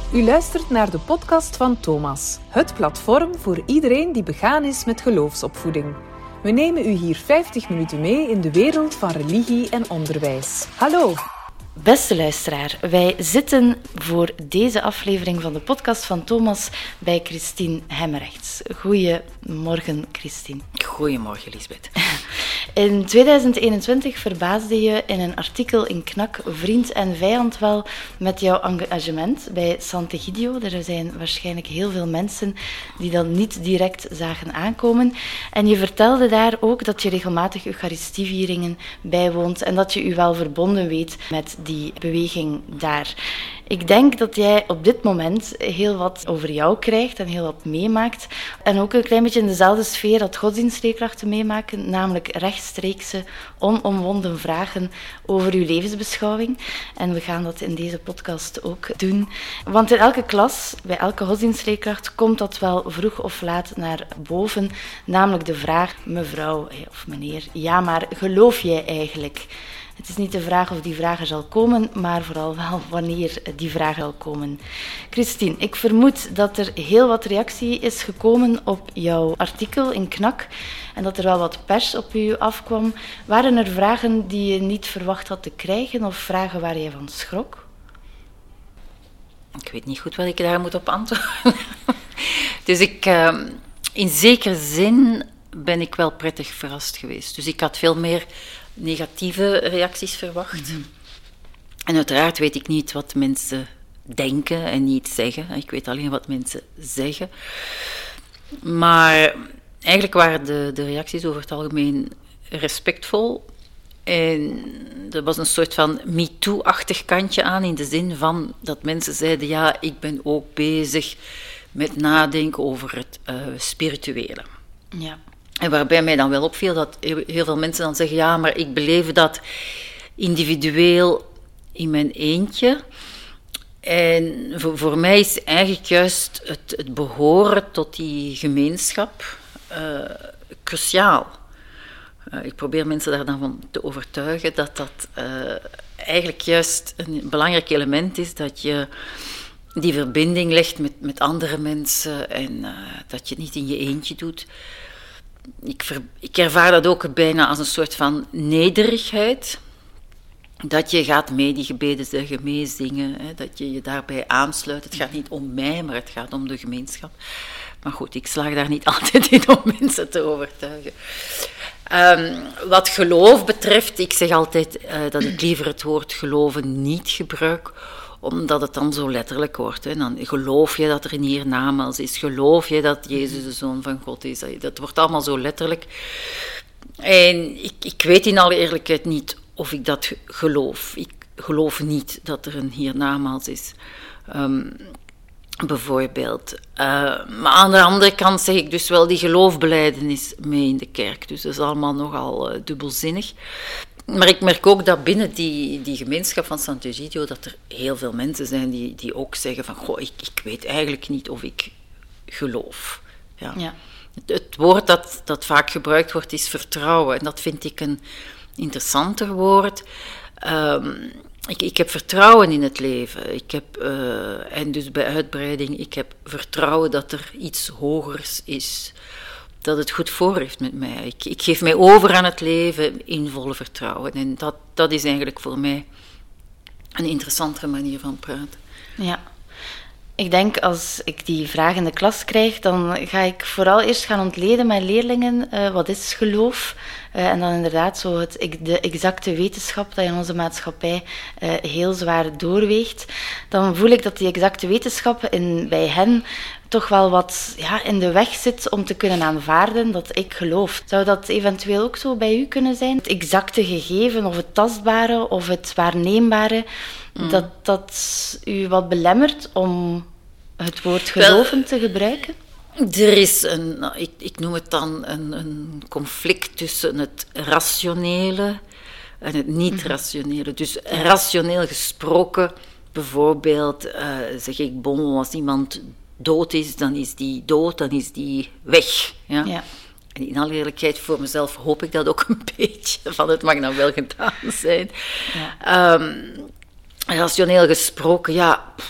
U luistert naar de podcast van Thomas, het platform voor iedereen die begaan is met geloofsopvoeding. We nemen u hier 50 minuten mee in de wereld van religie en onderwijs. Hallo! Beste luisteraar, wij zitten voor deze aflevering van de podcast van Thomas bij Christine Hemmerrechts. Goedemorgen, Christine. Goedemorgen, Lisbeth. In 2021 verbaasde je in een artikel in Knak Vriend en Vijand wel met jouw engagement bij Sant'Egidio. Er zijn waarschijnlijk heel veel mensen die dat niet direct zagen aankomen. En je vertelde daar ook dat je regelmatig Eucharistievieringen bijwoont en dat je je wel verbonden weet met die beweging daar. Ik denk dat jij op dit moment heel wat over jou krijgt en heel wat meemaakt. En ook een klein beetje in dezelfde sfeer dat godsdienstleerkrachten meemaken, namelijk rechtstreekse, onomwonden vragen over uw levensbeschouwing. En we gaan dat in deze podcast ook doen. Want in elke klas, bij elke godsdienstleerkracht, komt dat wel vroeg of laat naar boven. Namelijk de vraag, mevrouw of meneer, ja, maar geloof jij eigenlijk? Het is niet de vraag of die vraag er zal komen, maar vooral wel wanneer die vraag zal komen. Christine, ik vermoed dat er heel wat reactie is gekomen op jouw artikel in Knak en dat er wel wat pers op u afkwam. Waren er vragen die je niet verwacht had te krijgen of vragen waar je van schrok? Ik weet niet goed wat ik daar moet op antwoorden. Dus in zekere zin ben ik wel prettig verrast geweest. Dus ik had veel meer negatieve reacties verwacht. En uiteraard weet ik niet wat mensen denken en niet zeggen. Ik weet alleen wat mensen zeggen. Maar eigenlijk waren de reacties over het algemeen respectvol. En er was een soort van MeToo-achtig kantje aan, in de zin van dat mensen zeiden, ja, ik ben ook bezig met nadenken over het spirituele. Ja. En waarbij mij dan wel opviel dat heel veel mensen dan zeggen, ja, maar ik beleef dat individueel in mijn eentje. En voor mij is eigenlijk juist het behoren tot die gemeenschap cruciaal. Ik probeer mensen daar dan van te overtuigen dat eigenlijk juist een belangrijk element is, dat je die verbinding legt met andere mensen en dat je het niet in je eentje doet. Ik ervaar dat ook bijna als een soort van nederigheid. Dat je gaat mee die gebeden zeggen, meezingen, hè, dat je je daarbij aansluit. Het gaat niet om mij, maar het gaat om de gemeenschap. Maar goed, ik slaag daar niet altijd in om mensen te overtuigen. Wat geloof betreft, ik zeg altijd dat ik liever het woord geloven niet gebruik, omdat het dan zo letterlijk wordt. Hè. Dan geloof je dat er een hiernamaals is, geloof je dat Jezus de Zoon van God is. Dat wordt allemaal zo letterlijk. En ik weet in alle eerlijkheid niet of ik dat geloof. Ik geloof niet dat er een hiernamaals is. Bijvoorbeeld. Maar aan de andere kant zeg ik dus wel die geloofbelijdenis mee in de kerk. Dus dat is allemaal nogal dubbelzinnig. Maar ik merk ook dat binnen die gemeenschap van Sant'Egidio dat er heel veel mensen zijn die ook zeggen van, goh, ik weet eigenlijk niet of ik geloof. Ja. Ja. Het woord dat vaak gebruikt wordt is vertrouwen. En dat vind ik een interessanter woord. Ik heb vertrouwen in het leven. En dus bij uitbreiding, ik heb vertrouwen dat er iets hogers is. Dat het goed voor heeft met mij. Ik geef mij over aan het leven in volle vertrouwen. En dat is eigenlijk voor mij een interessantere manier van praten. Ja. Ik denk, als ik die vraag in de klas krijg, dan ga ik vooral eerst gaan ontleden met leerlingen wat is geloof. En dan inderdaad zo de exacte wetenschap dat in onze maatschappij heel zwaar doorweegt. Dan voel ik dat die exacte wetenschap bij hen toch wel wat in de weg zit om te kunnen aanvaarden dat ik geloof. Zou dat eventueel ook zo bij u kunnen zijn? Het exacte gegeven of het tastbare of het waarneembare, dat u wat belemmert om het woord geloven te gebruiken? Er is ik noem het dan een conflict tussen het rationele en het niet-rationele. Dus rationeel gesproken, bijvoorbeeld zeg ik, als iemand dood is, dan is die dood, dan is die weg. Ja? Ja. En in alle eerlijkheid, voor mezelf hoop ik dat ook een beetje, van het mag dan wel gedaan zijn. Ja. Rationeel gesproken,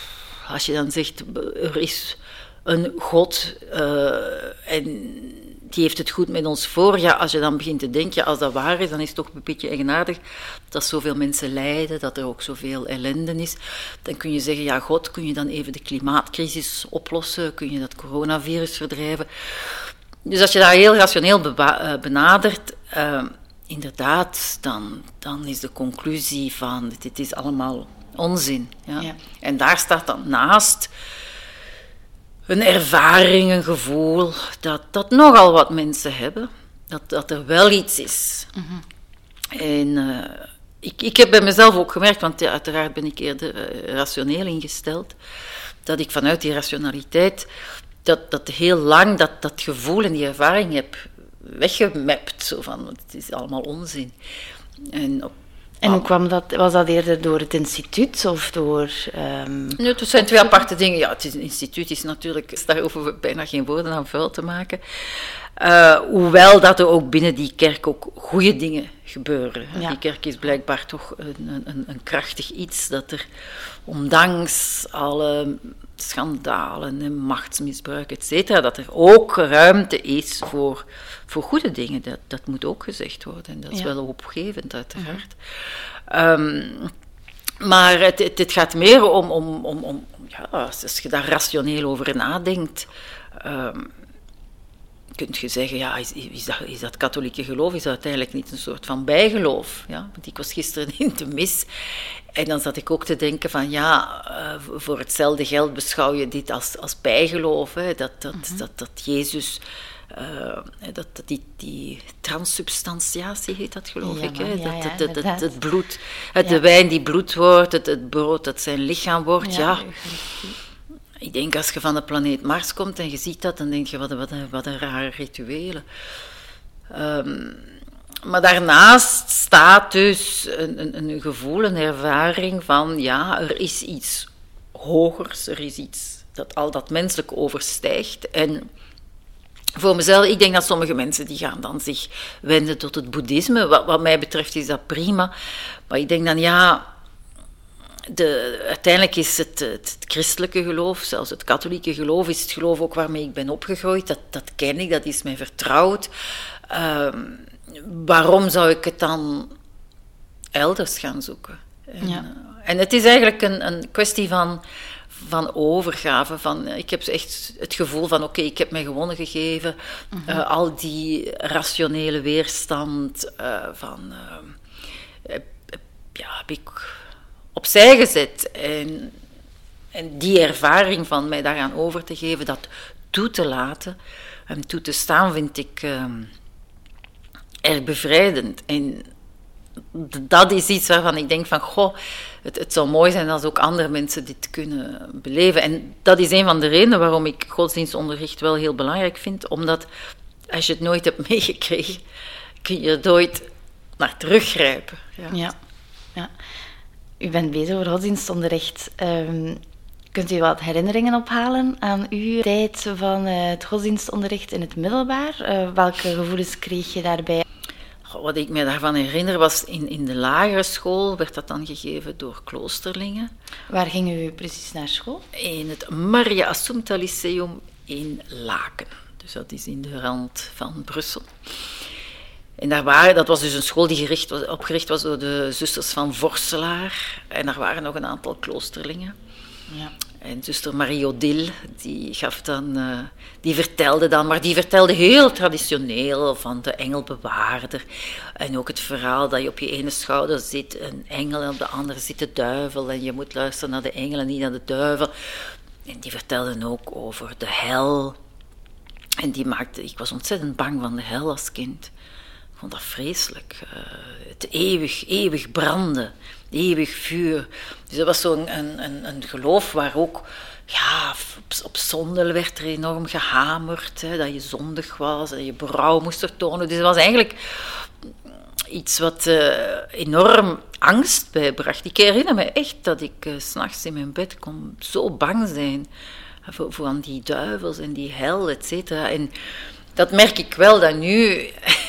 als je dan zegt, er is een God en die heeft het goed met ons voor. Ja, als je dan begint te denken, als dat waar is, dan is het toch een beetje eigenaardig dat zoveel mensen lijden, dat er ook zoveel ellende is. Dan kun je zeggen, ja, God, kun je dan even de klimaatcrisis oplossen? Kun je dat coronavirus verdrijven? Dus als je dat heel rationeel benadert, inderdaad, dan is de conclusie van, dit is allemaal onzin. Ja? Ja. En daar staat dan naast een ervaring, een gevoel, dat nogal wat mensen hebben. Dat er wel iets is. Mm-hmm. En ik heb bij mezelf ook gemerkt, want uiteraard ben ik eerder rationeel ingesteld, dat ik vanuit die rationaliteit dat heel lang dat gevoel en die ervaring heb weggemapt. Zo van, het is allemaal onzin. En hoe kwam dat? Was dat eerder door het instituut of door... Nee, het zijn twee aparte dingen. Ja, het instituut is natuurlijk... Daar hoeven we bijna geen woorden aan vuil te maken. Hoewel dat er ook binnen die kerk ook goede dingen gebeuren. Ja. Die kerk is blijkbaar toch een krachtig iets dat er, ondanks alle schandalen en machtsmisbruik, et cetera, dat er ook ruimte is voor goede dingen. Dat moet ook gezegd worden. En dat is wel hoopgevend, uiteraard. Mm-hmm. Maar het gaat meer om als je daar rationeel over nadenkt, kun je zeggen, ja, is dat katholieke geloof, is dat uiteindelijk niet een soort van bijgeloof? Ja? Want ik was gisteren in de mis en dan zat ik ook te denken van, voor hetzelfde geld beschouw je dit als bijgeloof, hè? Dat Jezus... die transsubstantiatie heet dat, geloof ik. Hè? Het bloed, de wijn die bloed wordt, het brood dat zijn lichaam wordt. Ja. Ik denk, als je van de planeet Mars komt en je ziet dat, dan denk je, wat een rare rituelen. Maar daarnaast staat dus een gevoel, een ervaring van, ja, er is iets hogers, er is iets dat al dat menselijk overstijgt. En voor mezelf, ik denk dat sommige mensen die gaan dan zich wenden tot het boeddhisme. Wat mij betreft is dat prima. Maar ik denk dan, uiteindelijk is het christelijke geloof, zelfs het katholieke geloof, is het geloof ook waarmee ik ben opgegroeid. Dat ken ik, dat is mij vertrouwd. Waarom zou ik het dan elders gaan zoeken? En het is eigenlijk een kwestie van overgave. Ik heb echt het gevoel van, oké, ik heb mij gewonnen gegeven. Mm-hmm. Al die rationele weerstand heb ik opzij gezet. En die ervaring van mij daaraan over te geven, dat toe te laten en toe te staan, vind ik erg bevrijdend. En dat is iets waarvan ik denk van, het zou mooi zijn als ook andere mensen dit kunnen beleven. En dat is een van de redenen waarom ik godsdienstonderricht wel heel belangrijk vind, omdat als je het nooit hebt meegekregen, kun je er nooit naar teruggrijpen. Ja. U bent bezig over godsdienstonderricht. Kunt u wat herinneringen ophalen aan uw tijd van het godsdienstonderricht in het middelbaar? Welke gevoelens kreeg je daarbij? Wat ik me daarvan herinner was, in de lagere school werd dat dan gegeven door kloosterlingen. Waar ging u precies naar school? In het Maria Assumpta Lyceum in Laken. Dus dat is in de rand van Brussel. En dat was dus een school die opgericht was door de zusters van Vorselaar. En daar waren nog een aantal kloosterlingen. Ja. En zuster Marie-Odile, die vertelde heel traditioneel van de engelbewaarder. En ook het verhaal dat je op je ene schouder zit een engel en op de andere zit de duivel. En je moet luisteren naar de engel en niet naar de duivel. En die vertelden ook over de hel. En ik was ontzettend bang van de hel als kind. Ik vond dat vreselijk. Het eeuwig branden. Eeuwig vuur. Dus dat was zo'n een geloof waar ook op zonde werd er enorm gehamerd. Hè, dat je zondig was en je berouw moest vertonen. Dus dat was eigenlijk iets wat enorm angst bijbracht. Ik herinner me echt dat ik 's nachts in mijn bed kon zo bang zijn voor aan die duivels en die hel, et cetera. En dat merk ik wel dat nu...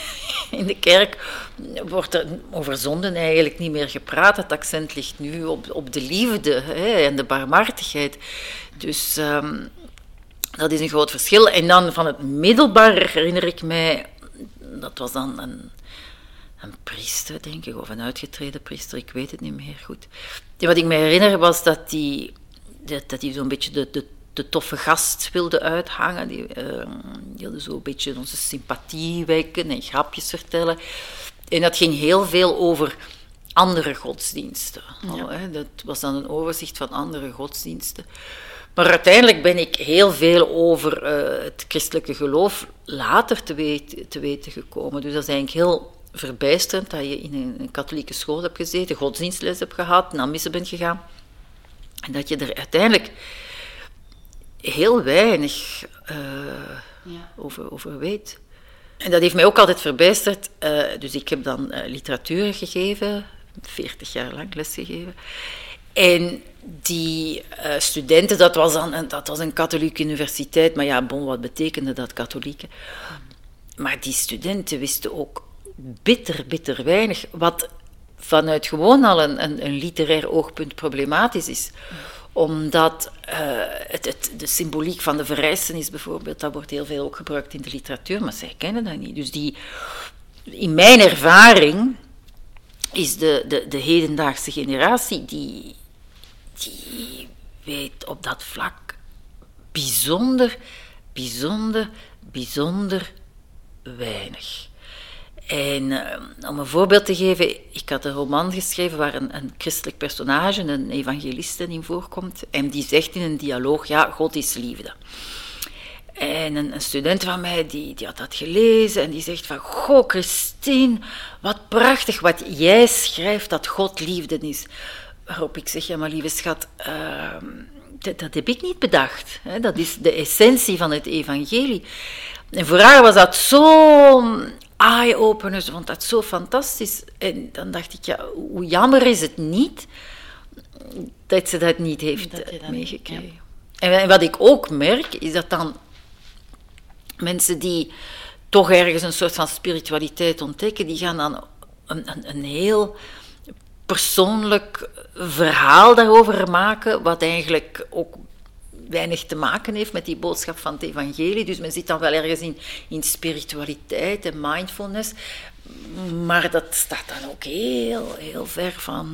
in de kerk wordt er over zonden eigenlijk niet meer gepraat. Het accent ligt nu op de liefde, hè, en de barmhartigheid. Dus dat is een groot verschil. En dan van het middelbaar herinner ik mij, dat was dan een priester, denk ik, of een uitgetreden priester, ik weet het niet meer goed. Wat ik me herinner was dat die zo'n beetje de toffe gast wilde uithangen. Die wilde zo'n beetje onze sympathie wekken en grapjes vertellen. En dat ging heel veel over andere godsdiensten. Ja. Dat was dan een overzicht van andere godsdiensten. Maar uiteindelijk ben ik heel veel over het christelijke geloof later te weten gekomen. Dus dat is eigenlijk heel verbijsterend dat je in een katholieke school hebt gezeten, godsdienstles hebt gehad, naar missen bent gegaan. En dat je er uiteindelijk heel weinig over weet. En dat heeft mij ook altijd verbijsterd. Dus ik heb dan literatuur gegeven, 40 jaar lang lesgegeven. En die studenten, dat was een katholieke universiteit, maar ja, wat betekende dat, katholieke? Maar die studenten wisten ook bitter weinig, wat vanuit gewoon al een literair oogpunt problematisch is. Omdat de symboliek van de verrijzenis bijvoorbeeld, dat wordt heel veel ook gebruikt in de literatuur, maar zij kennen dat niet. Dus in mijn ervaring is de hedendaagse generatie, die weet op dat vlak bijzonder weinig. En om een voorbeeld te geven, ik had een roman geschreven waar een christelijk personage, een evangeliste, in voorkomt. En die zegt in een dialoog, ja, God is liefde. En een student van mij, die had dat gelezen en die zegt van, goh, Christine, wat prachtig wat jij schrijft, dat God liefde is. Waarop ik zeg, ja, maar lieve schat, dat heb ik niet bedacht. Hè? Dat is de essentie van het evangelie. En voor haar was dat zo eye-opener, ze vond dat zo fantastisch. En dan dacht ik, ja, hoe jammer is het niet dat ze dat niet heeft meegekregen. Ja. En wat ik ook merk, is dat dan mensen die toch ergens een soort van spiritualiteit ontdekken, die gaan dan een heel persoonlijk verhaal daarover maken, wat eigenlijk ook weinig te maken heeft met die boodschap van het evangelie. Dus men zit dan wel ergens in spiritualiteit en mindfulness, maar dat staat dan ook heel, heel ver van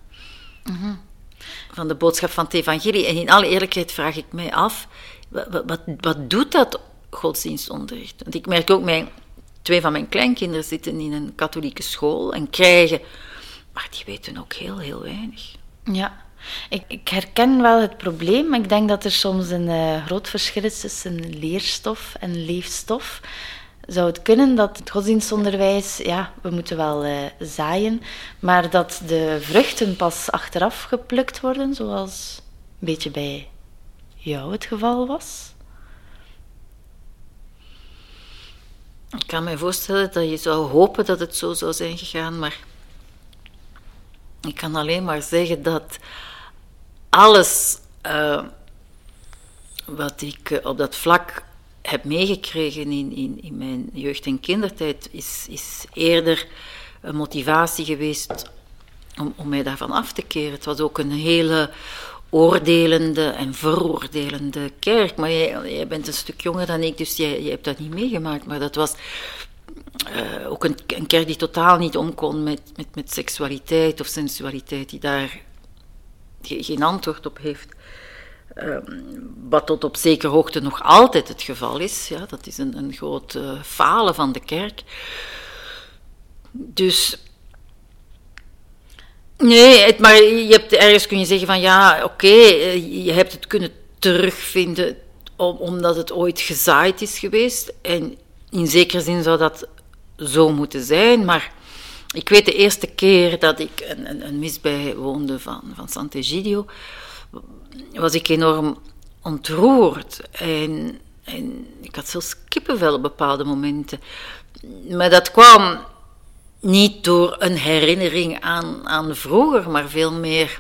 de boodschap van het evangelie. En in alle eerlijkheid vraag ik mij af, wat doet dat godsdienstonderricht? Want ik merk ook, 2 van mijn kleinkinderen zitten in een katholieke school en krijgen, maar die weten ook heel, heel weinig. Ja. Ik herken wel het probleem, maar ik denk dat er soms een groot verschil is tussen leerstof en leefstof. Zou het kunnen dat het godsdienstonderwijs, ja, we moeten wel zaaien, maar dat de vruchten pas achteraf geplukt worden, zoals een beetje bij jou het geval was? Ik kan me voorstellen dat je zou hopen dat het zo zou zijn gegaan, maar ik kan alleen maar zeggen dat alles wat ik op dat vlak heb meegekregen in mijn jeugd- en kindertijd, is eerder een motivatie geweest om mij daarvan af te keren. Het was ook een hele oordelende en veroordelende kerk. Maar jij bent een stuk jonger dan ik, dus jij hebt dat niet meegemaakt. Maar dat was ook een kerk die totaal niet om kon met seksualiteit of sensualiteit, die daar geen antwoord op heeft. Wat tot op zekere hoogte nog altijd het geval is. Ja, dat is een groot falen van de kerk. Dus nee, maar ergens kun je zeggen van ja, oké, je hebt het kunnen terugvinden omdat het ooit gezaaid is geweest. En in zekere zin zou dat zo moeten zijn, maar ik weet de eerste keer dat ik een mis bijwoonde van Sant'Egidio, was ik enorm ontroerd. En ik had zelfs kippenvel op bepaalde momenten. Maar dat kwam niet door een herinnering aan vroeger, maar veel meer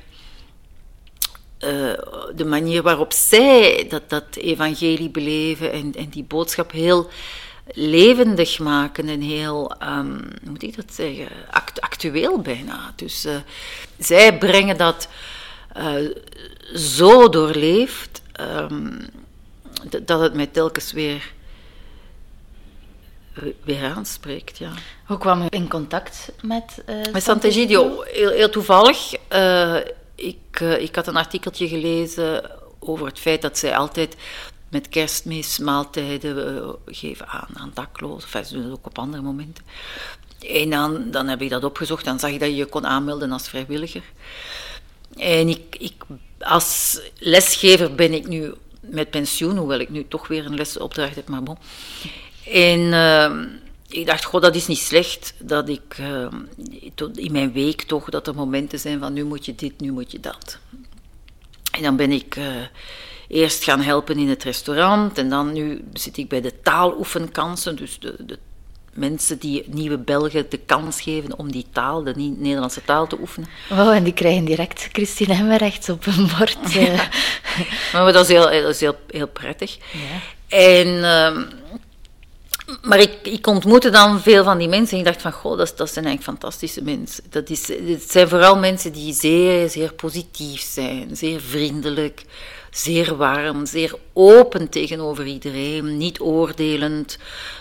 de manier waarop zij dat evangelie beleven en die boodschap heel levendig maken en heel, hoe moet ik dat zeggen, actueel bijna. Dus zij brengen dat zo doorleefd dat het mij telkens weer aanspreekt, ja. Hoe kwam je in contact met Sant'Egidio? Heel toevallig. Ik had een artikeltje gelezen over het feit dat zij altijd met Kerstmis maaltijden geven aan daklozen. Enfin, ze doen het ook op andere momenten. En dan heb ik dat opgezocht. Dan zag ik dat je je kon aanmelden als vrijwilliger. En ik als lesgever ben ik nu met pensioen, hoewel ik nu toch weer een lesopdracht heb, maar bon. En ik dacht, dat is niet slecht dat ik in mijn week toch, dat er momenten zijn van nu moet je dit, nu moet je dat. En dan ben ik eerst gaan helpen in het restaurant en dan nu zit ik bij de taaloefenkansen, dus de mensen die nieuwe Belgen de kans geven om die taal, de Nederlandse taal te oefenen. Wow, en die krijgen direct Christine Hemmerrechts op hun bord. Ja. Maar dat is heel prettig. Ja. En... Maar ik ontmoette dan veel van die mensen en ik dacht van, dat zijn eigenlijk fantastische mensen. Het zijn vooral mensen die zeer, zeer positief zijn, zeer vriendelijk, zeer warm, zeer open tegenover iedereen, niet oordelend.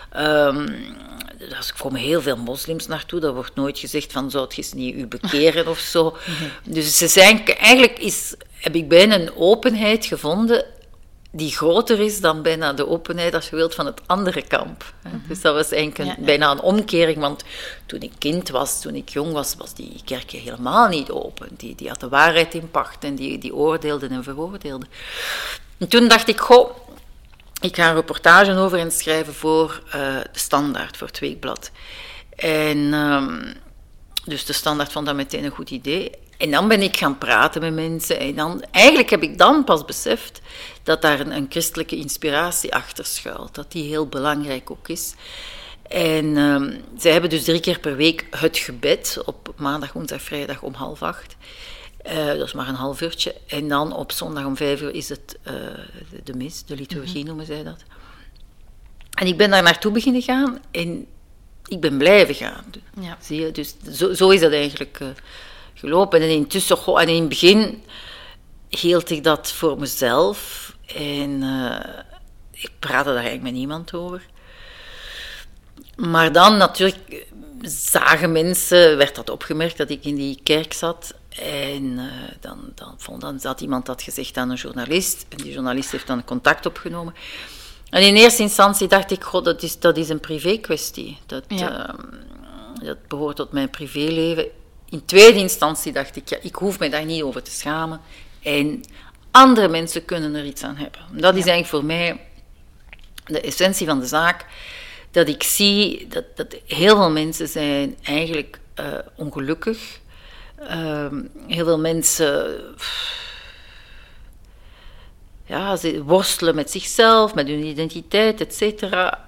Er komen heel veel moslims naartoe, daar wordt nooit gezegd van, zou je niet u bekeren of zo. Dus heb ik bijna een openheid gevonden die groter is dan bijna de openheid, als je wilt, van het andere kamp. Dus dat was eigenlijk bijna een omkering, want toen ik kind was, toen ik jong was die kerken helemaal niet open. Die had de waarheid in pacht en die oordeelden en veroordeelden. En toen dacht ik, ik ga een reportage over hen schrijven voor de Standaard, voor het weekblad. En dus de Standaard vond dat meteen een goed idee. En dan ben ik gaan praten met mensen. En eigenlijk heb ik dan pas beseft dat daar een christelijke inspiratie achter schuilt. Dat die heel belangrijk ook is. En zij hebben dus 3 keer per week het gebed. Op maandag, woensdag, vrijdag om 7:30. Dat is maar een half uurtje. En dan op zondag om 5:00 is het de mis, de liturgie noemen zij dat. En ik ben daar naartoe beginnen gaan. En ik ben blijven gaan. Ja. Zie je? Dus zo is dat eigenlijk gelopen. En intussen, en in het begin hield ik dat voor mezelf. En ik praatte daar eigenlijk met niemand over. Maar dan natuurlijk zagen mensen, werd dat opgemerkt dat ik in die kerk zat. En dan had iemand dat gezegd aan een journalist. En die journalist heeft dan contact opgenomen. En in eerste instantie dacht ik, dat is een privé-kwestie. Dat behoort tot mijn privéleven. In tweede instantie dacht ik, ik hoef me daar niet over te schamen. En andere mensen kunnen er iets aan hebben. Dat is eigenlijk voor mij de essentie van de zaak. Dat ik zie dat heel veel mensen zijn eigenlijk ongelukkig. Heel veel mensen ze worstelen met zichzelf, met hun identiteit, etc.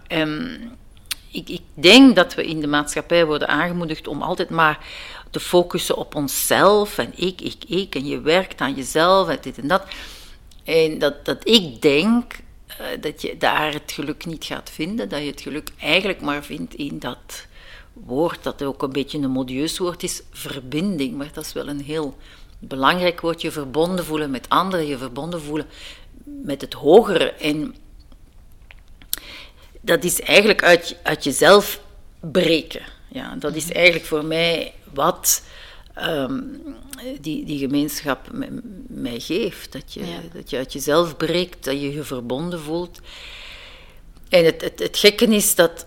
Ik denk dat we in de maatschappij worden aangemoedigd om altijd maar te focussen op onszelf en ik en je werkt aan jezelf en dit en dat. En dat ik denk dat je daar het geluk niet gaat vinden, dat je het geluk eigenlijk maar vindt in dat woord, dat ook een beetje een modieus woord is, verbinding. Maar dat is wel een heel belangrijk woord, je verbonden voelen met anderen, je verbonden voelen met het hogere. En dat is eigenlijk uit jezelf breken. Ja, dat is eigenlijk voor mij wat die gemeenschap mij geeft. Dat je uit jezelf breekt, dat je je verbonden voelt. En het gekke is dat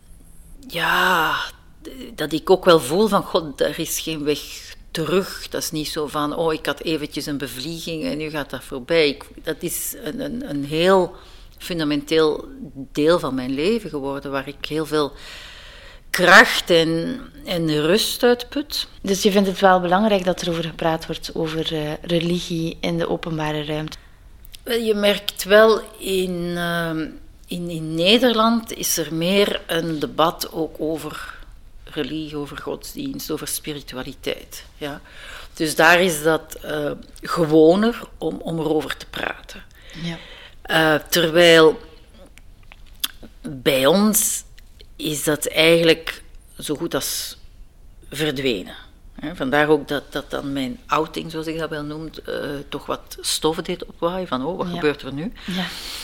ik ook wel voel van, God, er is geen weg terug. Dat is niet zo van, ik had eventjes een bevlieging en nu gaat dat voorbij. Dat is een heel fundamenteel deel van mijn leven geworden, waar ik heel veel kracht en rust uitput. Dus je vindt het wel belangrijk dat er over gepraat wordt, over religie in de openbare ruimte? Je merkt wel, in Nederland is er meer een debat ook over religie, over godsdienst, over spiritualiteit. Ja? Dus daar is dat gewoner om erover te praten. Ja. Terwijl bij ons is dat eigenlijk zo goed als verdwenen. Vandaar ook dat dan mijn outing, zoals ik dat wel noem, toch wat stof deed opwaaien. Van, wat gebeurt er nu? Ja.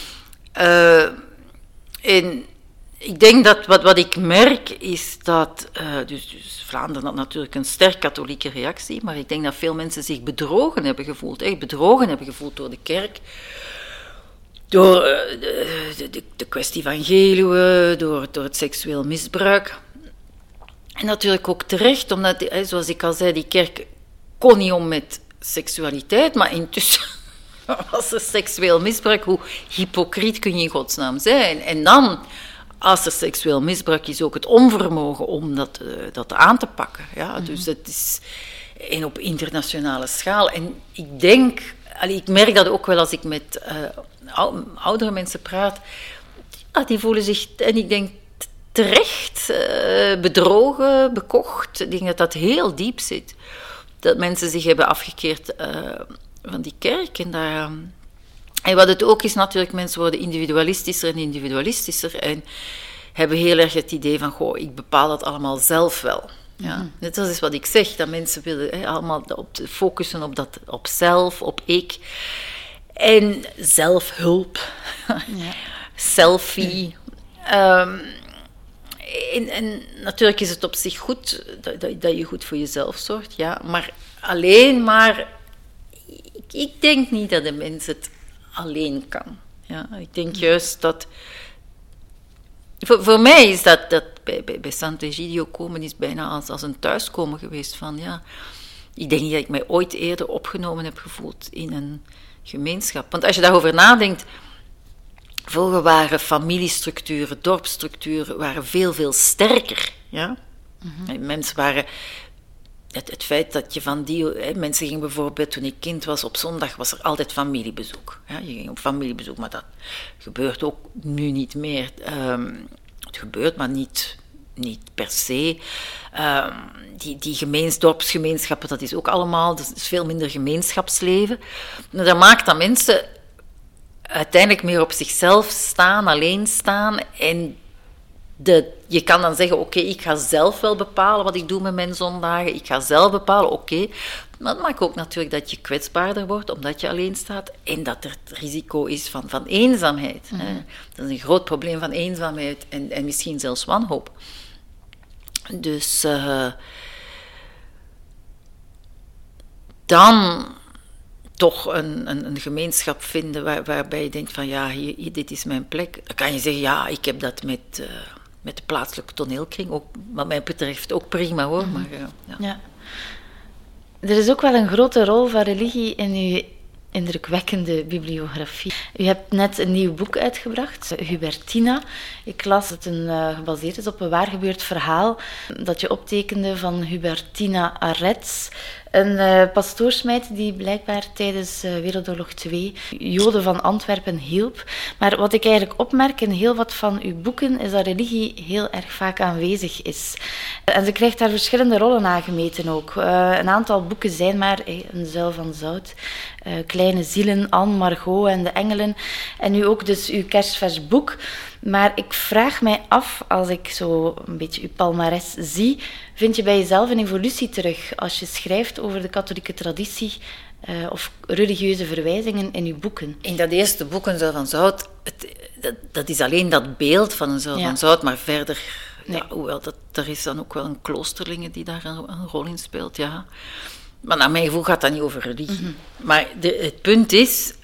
En ik denk dat wat ik merk is dat... Dus Vlaanderen had natuurlijk een sterk katholieke reactie, maar ik denk dat veel mensen zich bedrogen hebben gevoeld. Echt bedrogen hebben gevoeld door de kerk. Door de kwestie van Geluwe, door het seksueel misbruik. En natuurlijk ook terecht, omdat, zoals ik al zei, die kerk kon niet om met seksualiteit, maar intussen was er seksueel misbruik. Hoe hypocriet kun je in godsnaam zijn? En dan, als er seksueel misbruik is, ook het onvermogen om dat aan te pakken. Ja? Dus het is... En op internationale schaal. En ik denk... Ik merk dat ook wel als ik met oudere mensen praat. Die voelen zich... En ik denk terecht bedrogen, bekocht. Ik denk dat dat heel diep zit. Dat mensen zich hebben afgekeerd van die kerk. En wat het ook is natuurlijk, mensen worden individualistischer en hebben heel erg het idee van, ik bepaal dat allemaal zelf wel. Ja. Net als wat ik zeg, dat mensen willen allemaal focussen op zelf, op ik. En zelfhulp. Ja. Selfie. En natuurlijk is het op zich goed dat je goed voor jezelf zorgt, ja. Maar alleen maar... Ik denk niet dat de mens het alleen kan. Ja. Ik denk juist dat... Voor mij is dat bij Sant'Egidio komen is bijna als een thuiskomen geweest van, ja... Ik denk niet dat ik mij ooit eerder opgenomen heb gevoeld in een gemeenschap. Want als je daarover nadenkt... Vroeger waren familiestructuren, dorpsstructuren waren veel sterker. Ja? Mm-hmm. Mensen waren... Het feit dat je van die... mensen gingen bijvoorbeeld, toen ik kind was, op zondag was er altijd familiebezoek. Ja? Je ging op familiebezoek, maar dat gebeurt ook nu niet meer. Het gebeurt, maar niet per se. Die dorpsgemeenschappen, dat is ook allemaal... Dat is veel minder gemeenschapsleven. En dat maakt dat mensen... uiteindelijk meer op zichzelf staan, alleen staan. En je kan dan zeggen, oké, ik ga zelf wel bepalen wat ik doe met mijn zondagen. Ik ga zelf bepalen, oké. Maar dat maakt ook natuurlijk dat je kwetsbaarder wordt, omdat je alleen staat. En dat er het risico is van eenzaamheid. Mm-hmm. Hè. Dat is een groot probleem van eenzaamheid en misschien zelfs wanhoop. Dus dan... toch een gemeenschap vinden waarbij je denkt van ja, dit is mijn plek. Dan kan je zeggen, ja, ik heb dat met de plaatselijke toneelkring, ook, wat mij betreft ook prima hoor. Maar, ja. Er is ook wel een grote rol van religie in uw indrukwekkende bibliografie. U hebt net een nieuw boek uitgebracht, Hubertina. Ik las dat het gebaseerd is op een waargebeurd verhaal dat je optekende van Hubertina Arets, een pastoorsmeid die blijkbaar tijdens Wereldoorlog II Joden van Antwerpen hielp. Maar wat ik eigenlijk opmerk in heel wat van uw boeken is dat religie heel erg vaak aanwezig is. En ze krijgt daar verschillende rollen aangemeten ook. Een aantal boeken zijn maar Een zuil van zout, Kleine zielen, Anne, Margot en de engelen. En nu ook dus uw kerstvers boek. Maar ik vraag mij af, als ik zo een beetje uw palmares zie, vind je bij jezelf een evolutie terug als je schrijft over de katholieke traditie of religieuze verwijzingen in uw boeken? In dat eerste boek, Een zuil van zout, dat is alleen dat beeld van een zuil van zout, maar verder... Nee. Ja, hoewel, er is dan ook wel een kloosterlinge die daar een rol in speelt, ja. Maar naar mijn gevoel gaat dat niet over religie. Mm-hmm. Maar het punt is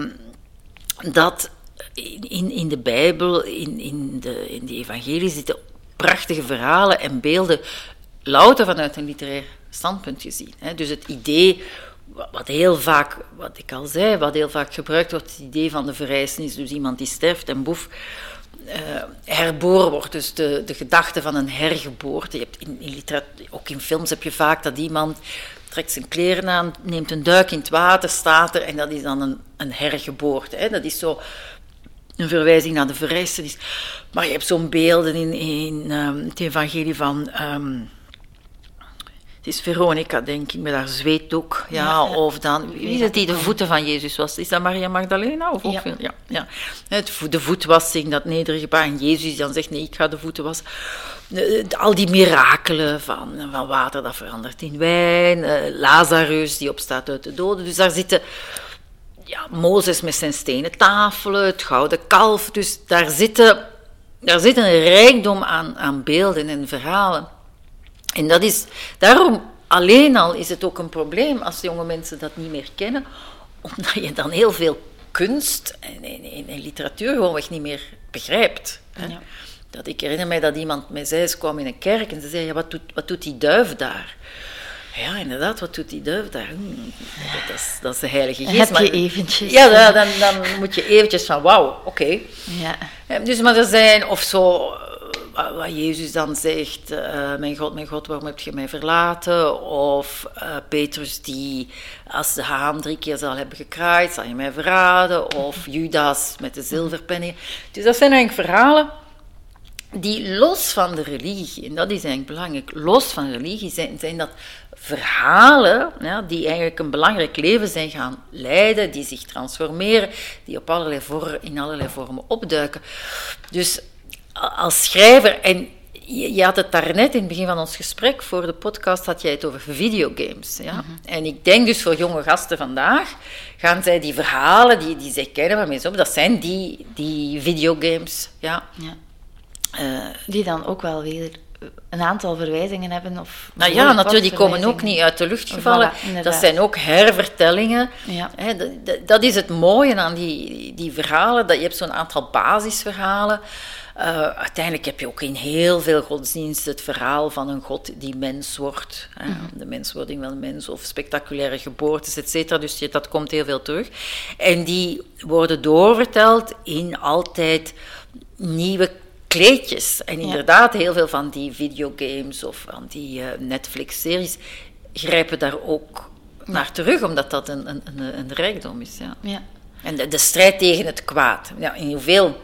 dat in de Bijbel, in de evangelie zitten prachtige verhalen en beelden louter vanuit een literair standpunt gezien. Hè. Dus het idee, wat heel vaak gebruikt wordt, het idee van de verrijzenis, dus iemand die sterft en boef, herboren wordt. Dus de gedachte van een hergeboorte. Je hebt ook in films heb je vaak dat iemand trekt zijn kleren aan, neemt een duik in het water, staat er en dat is dan een hergeboorte. Hè. Dat is zo een verwijzing naar de verrijzenis. Maar je hebt zo'n beelden in het evangelie van Het is Veronica, denk ik, met haar zweetdoek. Ja. Of dan, wie is het die de voeten van Jezus was? Is dat Maria Magdalena? Of ook veel? Ja. De voetwassing, dat nederige paar. En Jezus die dan zegt, nee, ik ga de voeten wassen. Al die mirakelen van water dat verandert in wijn. Lazarus die opstaat uit de doden. Dus daar zitten... Ja, Mozes met zijn stenen tafelen, het gouden kalf. Dus daar zit een rijkdom aan beelden en verhalen. En dat is, daarom alleen al is het ook een probleem als jonge mensen dat niet meer kennen, omdat je dan heel veel kunst en literatuur gewoonweg niet meer begrijpt. Ja. Dat ik herinner mij dat iemand mij zei, ze kwam in een kerk en ze zei, ja, wat doet die duif daar? Ja, inderdaad, wat doet die duif daar? Dat is de Heilige Geest. Heb je eventjes. Ja, dan moet je eventjes van, wauw, oké. Ja. Dus, maar er zijn, of zo... Wat Jezus dan zegt, mijn God, waarom heb je mij verlaten? Of Petrus die, als de haan 3 keer zal hebben gekraaid, zal je mij verraden? Of Judas met de zilverpenning. Dus dat zijn eigenlijk verhalen die los van de religie, en dat is eigenlijk belangrijk, los van religie zijn dat verhalen die eigenlijk een belangrijk leven zijn gaan leiden, die zich transformeren, die in allerlei vormen opduiken. Dus... Als schrijver, en je had het daarnet in het begin van ons gesprek, voor de podcast had jij het over videogames. Ja? Mm-hmm. En ik denk dus voor jonge gasten vandaag, gaan zij die verhalen die zij kennen van mensen op, dat zijn die videogames. Ja. Die dan ook wel weer een aantal verwijzingen hebben? Of nou ja, natuurlijk, die komen ook niet uit de lucht gevallen. Voilà, dat zijn ook hervertellingen. Ja. Dat is het mooie aan die verhalen, dat je hebt zo'n aantal basisverhalen. Uiteindelijk heb je ook in heel veel godsdiensten het verhaal van een God die mens wordt. Mm-hmm. De menswording van de mens of spectaculaire geboortes, et cetera. Dus dat komt heel veel terug. En die worden doorverteld in altijd nieuwe kleedjes. En inderdaad, heel veel van die videogames of van die Netflix-series grijpen daar ook naar terug, omdat dat een rijkdom is. Ja. En de strijd tegen het kwaad. Ja, in hoeveel...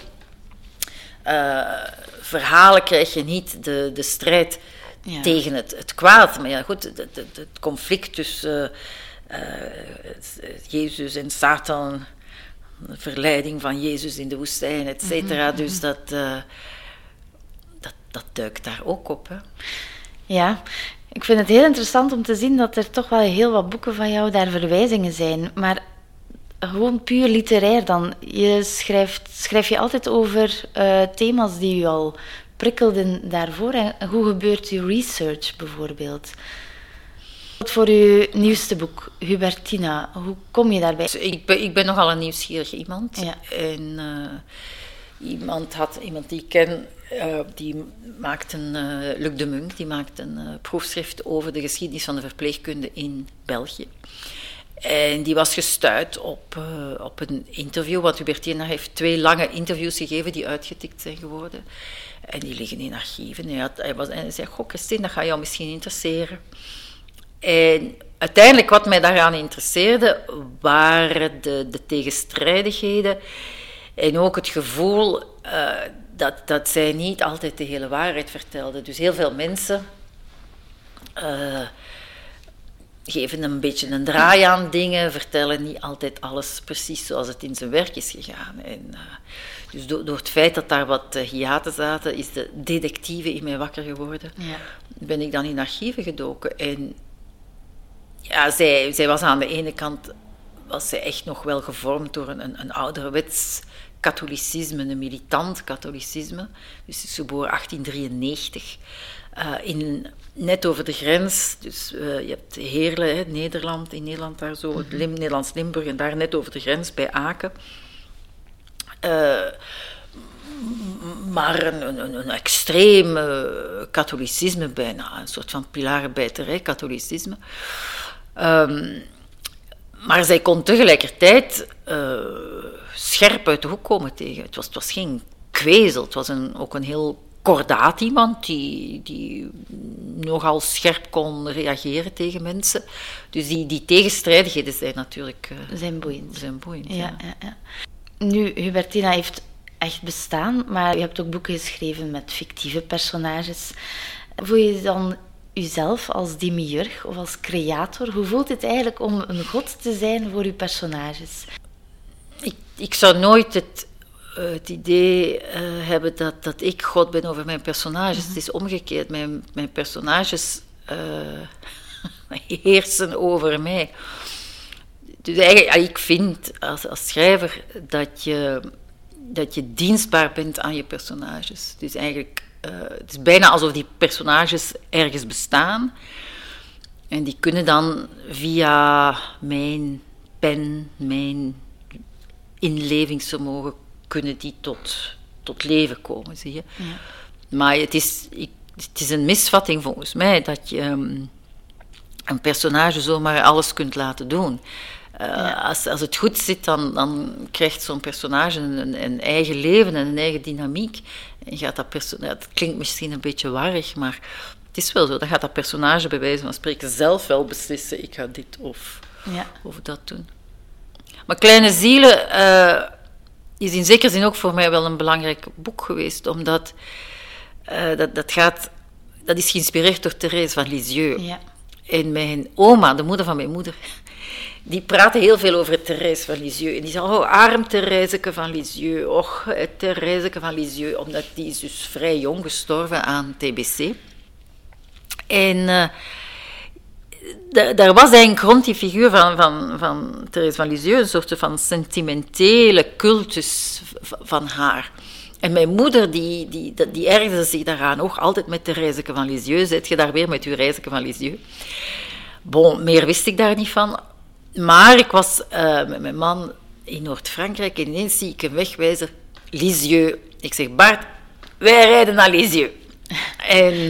verhalen krijg je niet de strijd tegen het kwaad. Maar ja, goed, het conflict tussen Jezus en Satan, de verleiding van Jezus in de woestijn, et cetera. Mm-hmm. Dus dat duikt daar ook op. Hè. Ja, ik vind het heel interessant om te zien dat er toch wel heel wat boeken van jou daar verwijzingen zijn. Maar... Gewoon puur literair dan. Schrijf je altijd over thema's die je al prikkelden daarvoor? En hoe gebeurt je research bijvoorbeeld? Voor je nieuwste boek, Hubertina, hoe kom je daarbij? Ik ben nogal een nieuwsgierig iemand. Ja. En iemand die ik ken, die maakt Luc de Munk, die maakt een proefschrift over de geschiedenis van de verpleegkunde in België. En die was gestuit op een interview, want Hubertina heeft 2 lange interviews gegeven die uitgetikt zijn geworden. En die liggen in archieven. En hij zei, goh, Christine, dat gaat jou misschien interesseren. En uiteindelijk wat mij daaraan interesseerde, waren de tegenstrijdigheden en ook het gevoel dat zij niet altijd de hele waarheid vertelde. Dus heel veel mensen... geven een beetje een draai aan dingen, vertellen niet altijd alles precies zoals het in zijn werk is gegaan. En, dus door het feit dat daar wat hiaten zaten, is de detectieve in mij wakker geworden. Ja. Ben ik dan in archieven gedoken. En ja, zij was aan de ene kant was zij echt nog wel gevormd door een ouderwets katholicisme, een militant katholicisme. Dus ze is geboren 1893. Net over de grens, dus je hebt Heerlen, Nederland, in Nederland daar zo, het Nederlands Limburg, en daar net over de grens bij Aken. Maar een extreem katholicisme bijna, een soort van pilarenbijterij, katholicisme. Maar zij kon tegelijkertijd scherp uit de hoek komen tegen. Het was geen kwezel, het was ook een heel kordaat iemand die nogal scherp kon reageren tegen mensen. Dus die tegenstrijdigheden zijn natuurlijk... zijn boeiend. Ja. Nu, Hubertina heeft echt bestaan, maar je hebt ook boeken geschreven met fictieve personages. Voel je dan uzelf als demiurg of als creator? Hoe voelt het eigenlijk om een god te zijn voor uw personages? Ik zou nooit het idee hebben dat ik god ben over mijn personages. Het is omgekeerd. Mijn personages heersen over mij. Dus eigenlijk, ik vind als schrijver dat je dienstbaar bent aan je personages. Dus eigenlijk, het is bijna alsof die personages ergens bestaan. En die kunnen dan via mijn pen, mijn inlevingsvermogen, kunnen die tot leven komen, zie je. Ja. Maar het is een misvatting volgens mij dat je een personage zomaar alles kunt laten doen. Als het goed zit, dan krijgt zo'n personage een eigen leven en een eigen dynamiek. En gaat dat klinkt misschien een beetje warrig, maar het is wel zo. Dan gaat dat personage bij wijze van spreken zelf wel beslissen, ik ga dit of dat doen. Maar Kleine Zielen is in zekere zin ook voor mij wel een belangrijk boek geweest, omdat dat is geïnspireerd door Thérèse van Lisieux. Ja. En mijn oma, de moeder van mijn moeder, die praatte heel veel over Thérèse van Lisieux. En die zei, arm Thérèseke van Lisieux, Thérèseke van Lisieux, omdat die is dus vrij jong gestorven aan TBC. En daar was eigenlijk rond die figuur van Thérèse van Lisieux een soort van sentimentele cultus van haar. En mijn moeder, die ergerde zich daaraan ook, altijd met Thérèseke van Lisieux. Zet je daar weer met uw Thérèseke van Lisieux? Bon, meer wist ik daar niet van. Maar ik was met mijn man in Noord-Frankrijk en ineens zie ik een wegwijzer, Lisieux. Ik zeg, Bart, wij rijden naar Lisieux. En...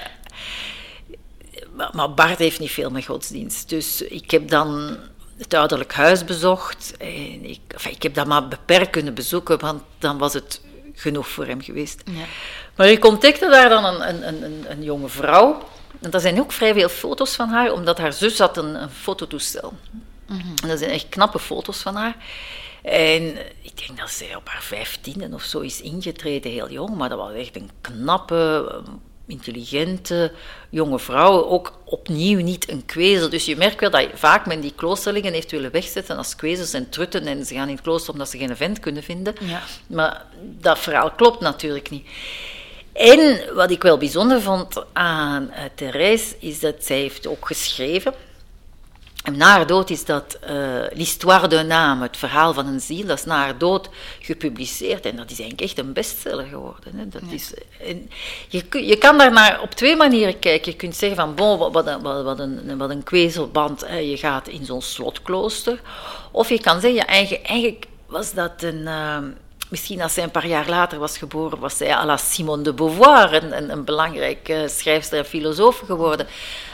Maar Bart heeft niet veel met godsdienst. Dus ik heb dan het ouderlijk huis bezocht. En ik heb dat maar beperkt kunnen bezoeken, want dan was het genoeg voor hem geweest. Ja. Maar ik ontdekte daar dan een jonge vrouw. En er zijn ook vrij veel foto's van haar, omdat haar zus had een fototoestel. Mm-hmm. En dat zijn echt knappe foto's van haar. En ik denk dat zij op haar 15e of zo is ingetreden, heel jong. Maar dat was echt een knappe... intelligente, jonge vrouw, ook opnieuw niet een kwezel. Dus je merkt wel dat vaak men die kloosterlingen heeft willen wegzetten als kwezels en trutten en ze gaan in het klooster omdat ze geen vent kunnen vinden. Ja. Maar dat verhaal klopt natuurlijk niet. En wat ik wel bijzonder vond aan Thérèse, is dat zij heeft ook geschreven. En na haar dood is dat L'Histoire d'un âme, het verhaal van een ziel, dat is na haar dood gepubliceerd. En dat is eigenlijk echt een bestseller geworden. Hè. Dat is, en je kan daar op twee manieren kijken. Je kunt zeggen van, bon, wat een kwezelband, hè. Je gaat in zo'n slotklooster. Of je kan zeggen, eigenlijk was dat misschien als zij een paar jaar later was geboren, was zij à la Simone de Beauvoir, een belangrijke schrijfster en filosoof geworden.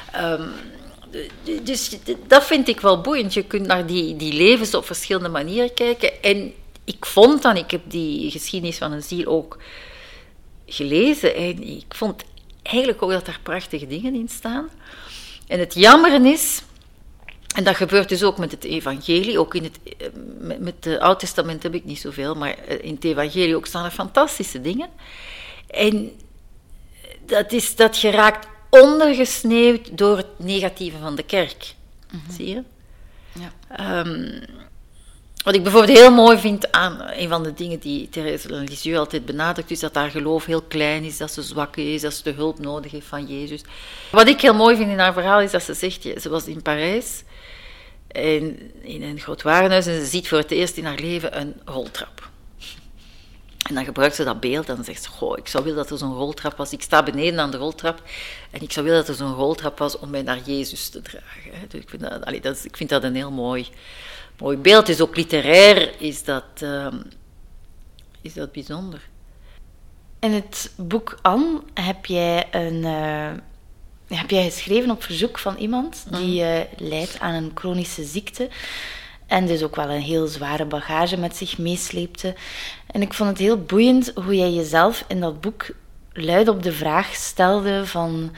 Dus dat vind ik wel boeiend. Je kunt naar die levens op verschillende manieren kijken. En ik heb die geschiedenis van een ziel ook gelezen. En ik vond eigenlijk ook dat daar prachtige dingen in staan. En het jammer is, en dat gebeurt dus ook met het evangelie, ook met het Oude Testament heb ik niet zoveel, maar in het evangelie ook staan er fantastische dingen. En dat geraakt ondergesneeuwd door het negatieve van de kerk. Mm-hmm. Zie je? Ja. Wat ik bijvoorbeeld heel mooi vind aan een van de dingen die Thérèse van Lisieux altijd benadrukt, is dat haar geloof heel klein is, dat ze zwak is, dat ze de hulp nodig heeft van Jezus. Wat ik heel mooi vind in haar verhaal is dat ze zegt, ze was in Parijs en in een groot warenhuis en ze ziet voor het eerst in haar leven een roltrap. En dan gebruikt ze dat beeld en dan zegt ze, ik zou willen dat er zo'n roltrap was. Ik sta beneden aan de roltrap en ik zou willen dat er zo'n roltrap was om mij naar Jezus te dragen. Dus ik vind dat een heel mooi beeld. Dus ook literair is dat bijzonder. In het boek Anne heb jij geschreven op verzoek van iemand die lijdt aan een chronische ziekte. En dus ook wel een heel zware bagage met zich meesleepte. En ik vond het heel boeiend hoe jij jezelf in dat boek luid op de vraag stelde van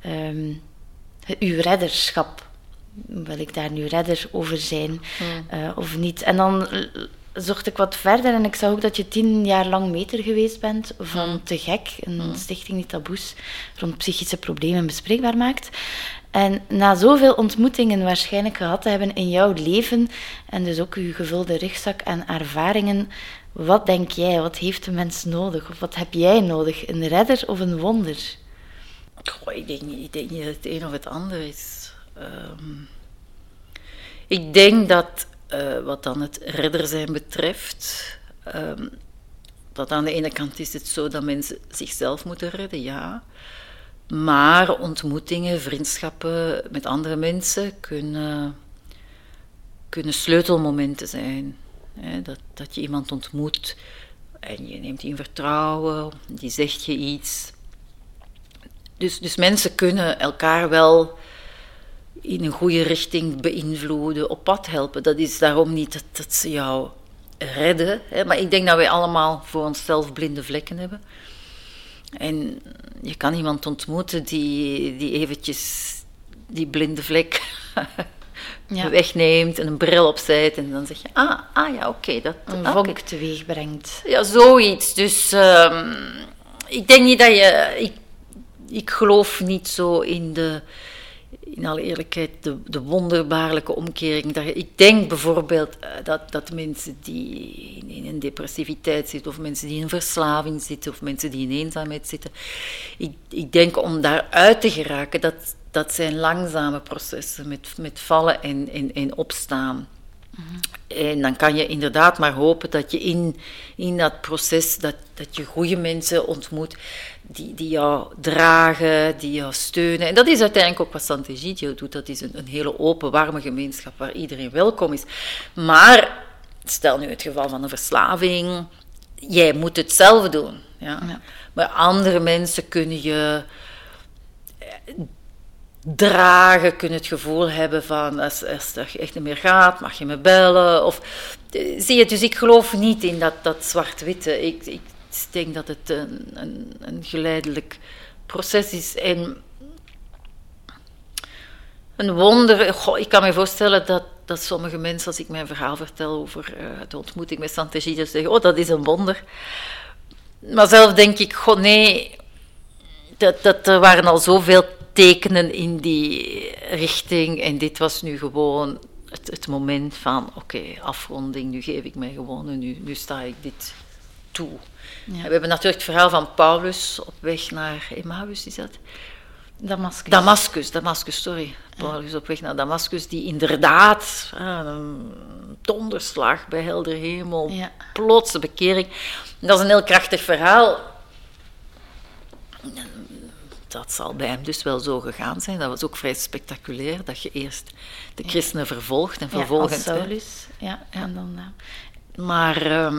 uw redderschap. Wil ik daar nu redder over zijn of niet? En dan zocht ik wat verder en ik zag ook dat je 10 jaar lang meter geweest bent van Te Gek, een stichting die taboes rond psychische problemen bespreekbaar maakt. En na zoveel ontmoetingen waarschijnlijk gehad te hebben in jouw leven, en dus ook je gevulde rugzak aan ervaringen, wat denk jij, wat heeft de mens nodig? Of wat heb jij nodig? Een redder of een wonder? Goh, ik denk niet dat het een of het ander is. Ik denk dat, wat dan het redder zijn betreft, dat aan de ene kant is het zo dat mensen zichzelf moeten redden, ja. Maar ontmoetingen, vriendschappen met andere mensen kunnen sleutelmomenten zijn. Dat je iemand ontmoet en je neemt die in vertrouwen, die zegt je iets. Dus mensen kunnen elkaar wel in een goede richting beïnvloeden, op pad helpen. Dat is daarom niet dat ze jou redden. Maar ik denk dat wij allemaal voor onszelf blinde vlekken hebben. En je kan iemand ontmoeten die eventjes die blinde vlek wegneemt en een bril opzet en dan zeg je, ja, oké. Dat een vonk teweeg brengt. Ja, zoiets. Dus ik denk niet dat je... Ik geloof niet zo in alle eerlijkheid, de wonderbaarlijke omkering. Ik denk bijvoorbeeld dat mensen die in een depressiviteit zitten, of mensen die in een verslaving zitten, of mensen die in eenzaamheid zitten, ik denk om daaruit te geraken, dat zijn langzame processen met vallen en opstaan. Mm-hmm. En dan kan je inderdaad maar hopen dat je in dat proces, dat je goede mensen ontmoet, die jou dragen, die jou steunen. En dat is uiteindelijk ook wat Sant'Egidio doet. Dat is een hele open, warme gemeenschap waar iedereen welkom is. Maar, stel nu het geval van een verslaving, jij moet het zelf doen. Ja? Maar andere mensen kunnen je dragen, kunnen het gevoel hebben van als het echt niet meer gaat, mag je me bellen. Of, zie je, dus ik geloof niet in dat zwart-witte. Ik denk dat het een geleidelijk proces is. En een wonder, ik kan me voorstellen dat sommige mensen, als ik mijn verhaal vertel over de ontmoeting met Sant'Egidio, zeggen, dat is een wonder. Maar zelf denk ik, nee, dat er waren al zoveel tekenen in die richting en dit was nu gewoon het moment van, oké, afronding, nu geef ik mij gewoon, nu sta ik dit toe. Ja. We hebben natuurlijk het verhaal van Paulus op weg naar Emmaus, is dat? Damascus, sorry. Paulus op weg naar Damascus, die inderdaad een donderslag bij helder hemel, plotse bekering. Dat is een heel krachtig verhaal. Dat zal bij hem dus wel zo gegaan zijn. Dat was ook vrij spectaculair, dat je eerst de christenen vervolgt en vervolgens... als Saulus. En dan... Maar...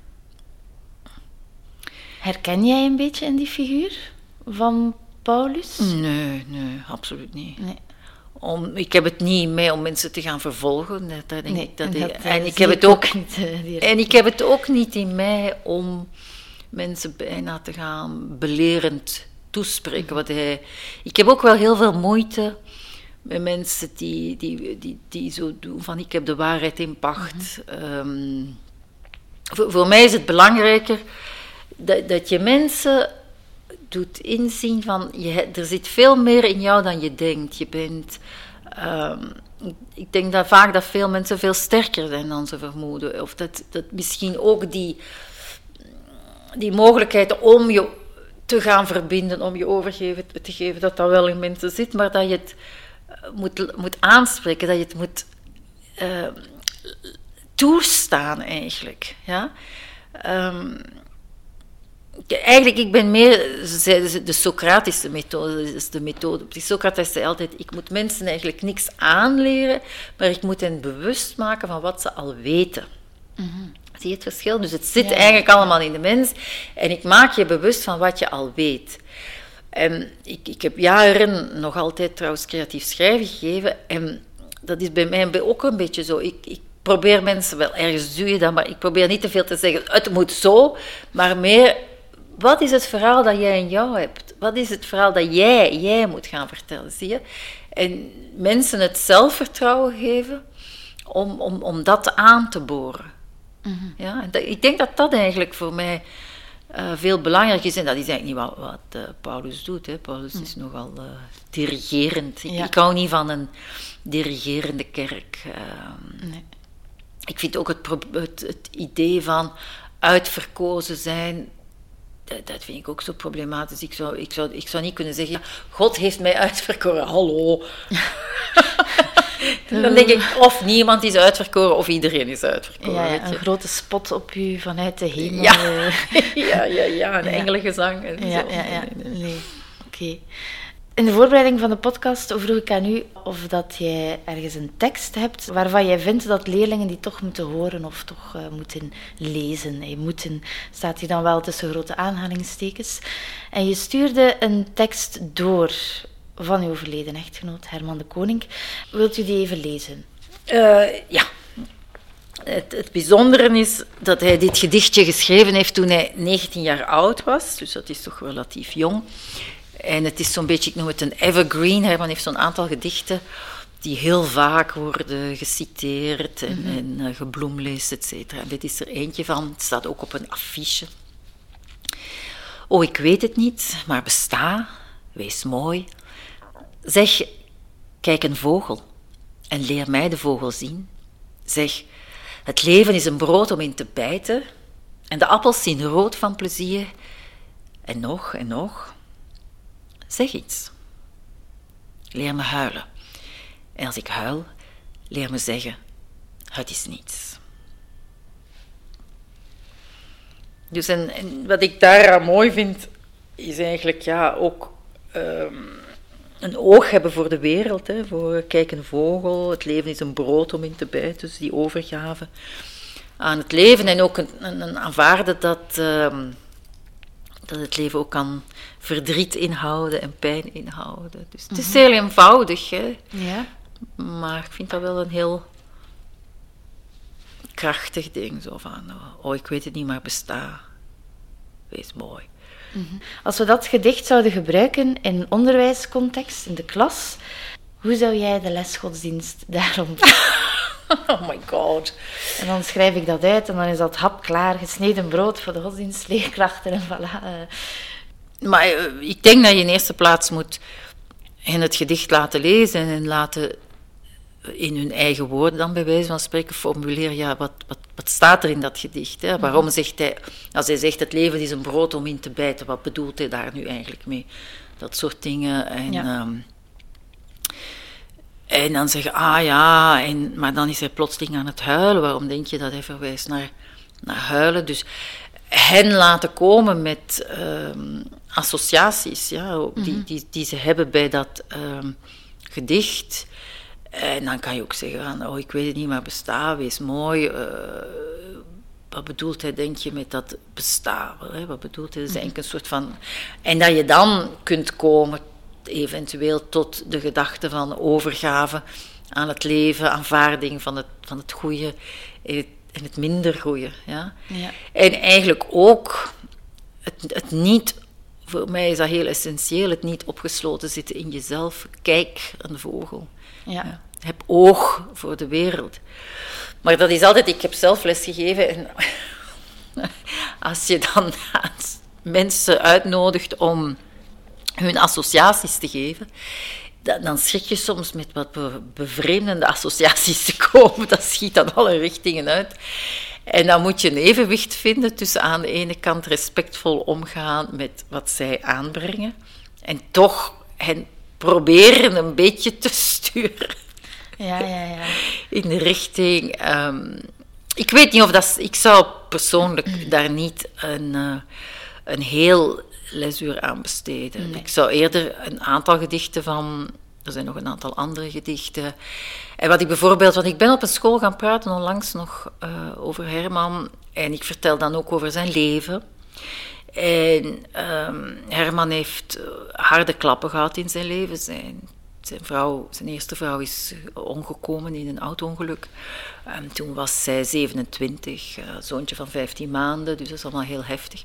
herken jij een beetje in die figuur van Paulus? Nee, absoluut niet. Nee. Ik heb het niet in mij om mensen te gaan vervolgen. En ik heb het ook niet in mij om mensen bijna te gaan belerend toespreken. Ik heb ook wel heel veel moeite met mensen die zo doen van ik heb de waarheid in pacht. Mm-hmm. Voor mij is het belangrijker dat je mensen doet inzien van er zit veel meer in jou dan je denkt. Je bent... ik denk dat vaak dat veel mensen veel sterker zijn dan ze vermoeden. Of dat misschien ook die mogelijkheid om je te gaan verbinden, om je overgeven te geven, dat wel in mensen zit, maar dat je het moet aanspreken, dat je het moet toestaan eigenlijk. Ja? Eigenlijk, ik ben meer de Socratische methode. Dat is de methode. Socrates zei altijd, ik moet mensen eigenlijk niks aanleren, maar ik moet hen bewust maken van wat ze al weten. Mm-hmm. Zie je het verschil? Dus het zit eigenlijk allemaal in de mens en ik maak je bewust van wat je al weet. En ik heb jaren nog altijd trouwens creatief schrijven gegeven en dat is bij mij ook een beetje zo. Ik probeer mensen, wel ergens doe je dat, maar ik probeer niet te veel te zeggen, het moet zo, maar meer, wat is het verhaal dat jij in jou hebt? Wat is het verhaal dat jij moet gaan vertellen, zie je? En mensen het zelfvertrouwen geven om dat aan te boren. Mm-hmm. Ja, en ik denk dat dat eigenlijk voor mij veel belangrijk is. En dat is eigenlijk niet wat Paulus doet. Hè. Paulus is nogal dirigerend. Ja. Ik hou niet van een dirigerende kerk. Nee. Ik vind ook het idee van uitverkozen zijn... Dat vind ik ook zo problematisch. Ik zou niet kunnen zeggen... Ja, God heeft mij uitverkoren. Hallo. Dan denk ik, of niemand is uitverkoren, of iedereen is uitverkoren. Ja, een grote spot op u vanuit de hemel. Ja, een engelengezang. En Ja. zo. Nee. Oké. In de voorbereiding van de podcast vroeg ik aan u of dat jij ergens een tekst hebt waarvan jij vindt dat leerlingen die toch moeten horen of toch moeten lezen. Moeten staat hier dan wel tussen grote aanhalingstekens. En je stuurde een tekst door van uw overleden echtgenoot Herman de Koning. Wilt u die even lezen? Ja. Het bijzondere is dat hij dit gedichtje geschreven heeft toen hij 19 jaar oud was. Dus dat is toch relatief jong. En het is zo'n beetje, ik noem het een evergreen. Herman heeft zo'n aantal gedichten die heel vaak worden geciteerd en gebloemleest, et cetera. En dit is er eentje van. Het staat ook op een affiche. Oh, ik weet het niet, maar besta, wees mooi. Zeg, kijk een vogel en leer mij de vogel zien. Zeg, het leven is een brood om in te bijten en de appels zien rood van plezier. En nog en nog. Zeg iets. Leer me huilen. En als ik huil, leer me zeggen, het is niets. Dus en wat ik daaraan mooi vind, is eigenlijk ook een oog hebben voor de wereld. Hè, voor kijk een vogel, het leven is een brood om in te bijten. Dus die overgave aan het leven. En ook een aanvaarden dat het leven ook kan verdriet inhouden en pijn inhouden. Dus het is heel eenvoudig, hè. Ja. Maar ik vind dat wel een heel krachtig ding. Zo van, oh, ik weet het niet, maar besta. Wees mooi. Als we dat gedicht zouden gebruiken in een onderwijscontext, in de klas, hoe zou jij de lesgodsdienst daarom... Oh my god. En dan schrijf ik dat uit en dan is dat hapklaar, gesneden brood voor de godsdienstleerkrachten en voilà. Maar ik denk dat je in eerste plaats moet hen het gedicht laten lezen en laten in hun eigen woorden dan bij wijze van spreken formuleren, ja, wat staat er in dat gedicht? Hè? Waarom zegt hij, als hij zegt het leven is een brood om in te bijten, wat bedoelt hij daar nu eigenlijk mee? Dat soort dingen. En, en dan zeggen, maar dan is hij plotseling aan het huilen. Waarom denk je dat hij verwijst naar huilen? Dus hen laten komen met associaties, ja, die ze hebben bij dat gedicht. En dan kan je ook zeggen van, oh, ik weet het niet, maar besta, wees mooi. Wat bedoelt hij, denk je, met dat bestaan? Hè? Wat bedoelt hij? Dat is eigenlijk een soort van... En dat je dan kunt komen, eventueel, tot de gedachte van overgave aan het leven, aanvaarding van het goede en het minder goede. Ja? Ja. En eigenlijk ook het niet... Voor mij is dat heel essentieel, het niet opgesloten zitten in jezelf. Kijk een vogel. Ja. Heb oog voor de wereld. Maar dat is altijd... Ik heb zelf lesgegeven en als je dan mensen uitnodigt om hun associaties te geven, dan schrik je soms met wat bevreemdende associaties te komen. Dat schiet dan alle richtingen uit. En dan moet je een evenwicht vinden tussen aan de ene kant respectvol omgaan met wat zij aanbrengen en toch hen proberen een beetje te sturen. Ja. In de richting... ik weet niet of dat... Ik zou persoonlijk daar niet een heel lesuur aan besteden. Nee. Ik zou eerder een aantal gedichten van... Er zijn nog een aantal andere gedichten. En wat ik bijvoorbeeld... Want ik ben op een school gaan praten onlangs nog over Herman. En ik vertel dan ook over zijn leven. En Herman heeft harde klappen gehad in zijn leven. Zijn eerste vrouw is omgekomen in een auto-ongeluk. Toen was zij 27, zoontje van 15 maanden, dus dat is allemaal heel heftig.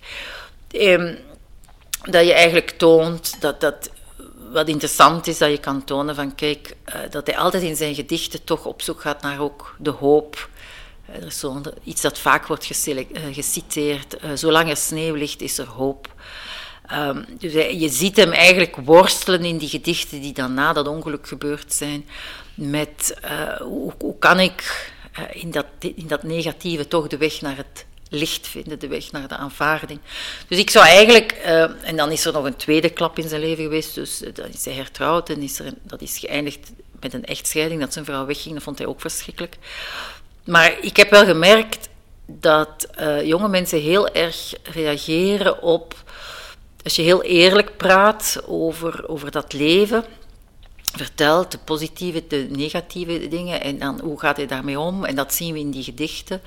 Dat je eigenlijk toont dat wat interessant is, dat je kan tonen van kijk, dat hij altijd in zijn gedichten toch op zoek gaat naar ook de hoop Er is iets dat vaak wordt geciteerd. Zolang er sneeuw ligt, is er hoop. Dus je ziet hem eigenlijk worstelen in die gedichten die dan na dat ongeluk gebeurd zijn. Met hoe kan ik in dat negatieve toch de weg naar het licht vinden, de weg naar de aanvaarding. Dus ik zou eigenlijk, en dan is er nog een tweede klap in zijn leven geweest, dus dan is hij hertrouwd en dat is geëindigd met een echtscheiding, dat zijn vrouw wegging, dat vond hij ook verschrikkelijk. Maar ik heb wel gemerkt dat jonge mensen heel erg reageren op, als je heel eerlijk praat over dat leven, vertelt de positieve, de negatieve dingen en dan hoe gaat hij daarmee om, en dat zien we in die gedichten.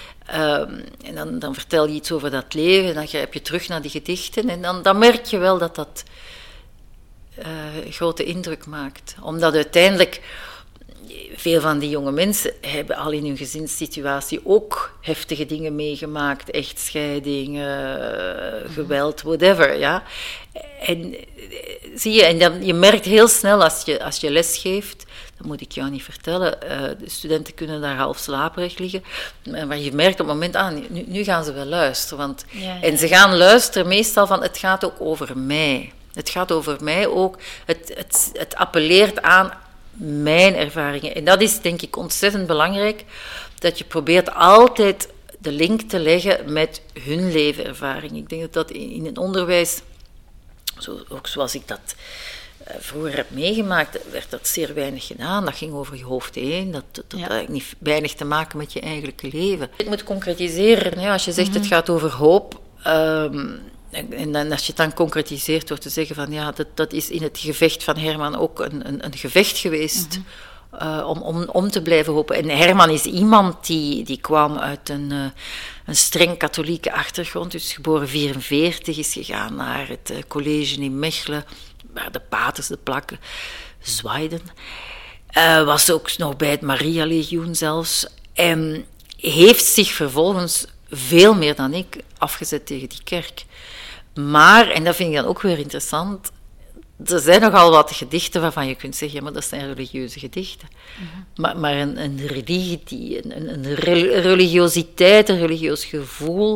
En dan vertel je iets over dat leven en dan grijp je terug naar die gedichten en dan merk je wel dat grote indruk maakt. Omdat uiteindelijk veel van die jonge mensen hebben al in hun gezinssituatie ook heftige dingen meegemaakt, echtscheiding, geweld, whatever, ja. En zie je, en dan, je merkt heel snel als je les geeft, dat moet ik jou niet vertellen, de studenten kunnen daar half slaperig liggen, maar je merkt op het moment, nu gaan ze wel luisteren. Want, ja. En ze gaan luisteren meestal van, het gaat ook over mij. Het gaat over mij ook, het appelleert aan mijn ervaringen. En dat is denk ik ontzettend belangrijk, dat je probeert altijd de link te leggen met hun levenervaring. Ik denk dat in het onderwijs, ook zoals ik dat vroeger heb meegemaakt, werd dat zeer weinig gedaan. Dat ging over je hoofd heen. Dat had eigenlijk niet weinig te maken met je eigenlijke leven. Je moet concretiseren. Ja, als je zegt het gaat over hoop, en dan, als je het dan concretiseert door te zeggen van ja, dat is in het gevecht van Herman ook een gevecht geweest om te blijven hopen. En Herman is iemand die kwam uit een streng katholieke achtergrond, dus geboren 1944, is gegaan naar het college in Mechelen, waar de paters, de plakken, zwaaiden. Was ook nog bij het Maria-legioen zelfs. En heeft zich vervolgens veel meer dan ik afgezet tegen die kerk. Maar, en dat vind ik dan ook weer interessant, er zijn nogal wat gedichten waarvan je kunt zeggen, ja, maar dat zijn religieuze gedichten. Maar een religie, een religiositeit, een religieus gevoel,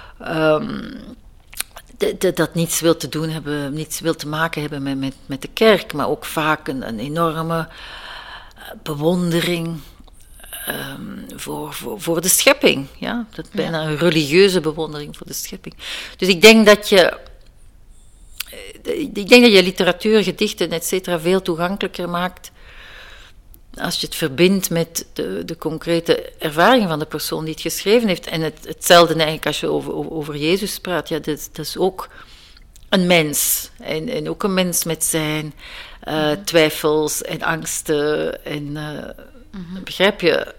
dat niets wil te doen hebben, niets wil te maken hebben met de kerk, maar ook vaak een enorme bewondering voor de schepping. Ja? Dat bijna een religieuze bewondering voor de schepping. Dus ik denk dat je literatuur, gedichten, et cetera, veel toegankelijker maakt als je het verbindt met de concrete ervaringen van de persoon die het geschreven heeft. En hetzelfde eigenlijk als je over Jezus praat. Ja, dat is ook een mens. En ook een mens met zijn twijfels en angsten. En begrijp je?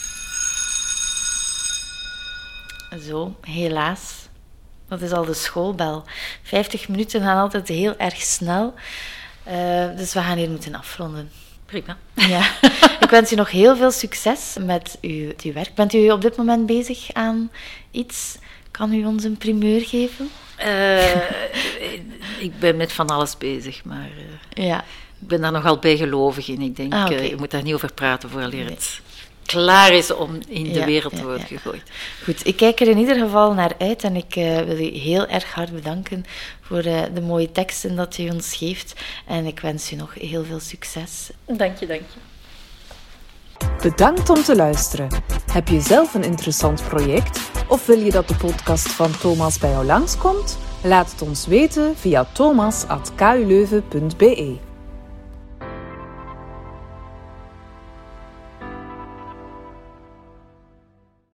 Zo, helaas. Dat is al de schoolbel. 50 minuten gaan altijd heel erg snel. Dus we gaan hier moeten afronden. Prima. Ja. Ik wens u nog heel veel succes met uw werk. Bent u op dit moment bezig aan iets? Kan u ons een primeur geven? Ik ben met van alles bezig, maar ik ben daar nogal bijgelovig in. Ik denk, je moet daar niet over praten vooraleer het klaar is om in de wereld te worden gegooid. Goed, ik kijk er in ieder geval naar uit en ik wil u heel erg hard bedanken voor de mooie teksten dat u ons geeft. En ik wens u nog heel veel succes. Dank je. Bedankt om te luisteren. Heb je zelf een interessant project? Of wil je dat de podcast van Thomas bij jou langskomt? Laat het ons weten via thomas@kuleuven.be.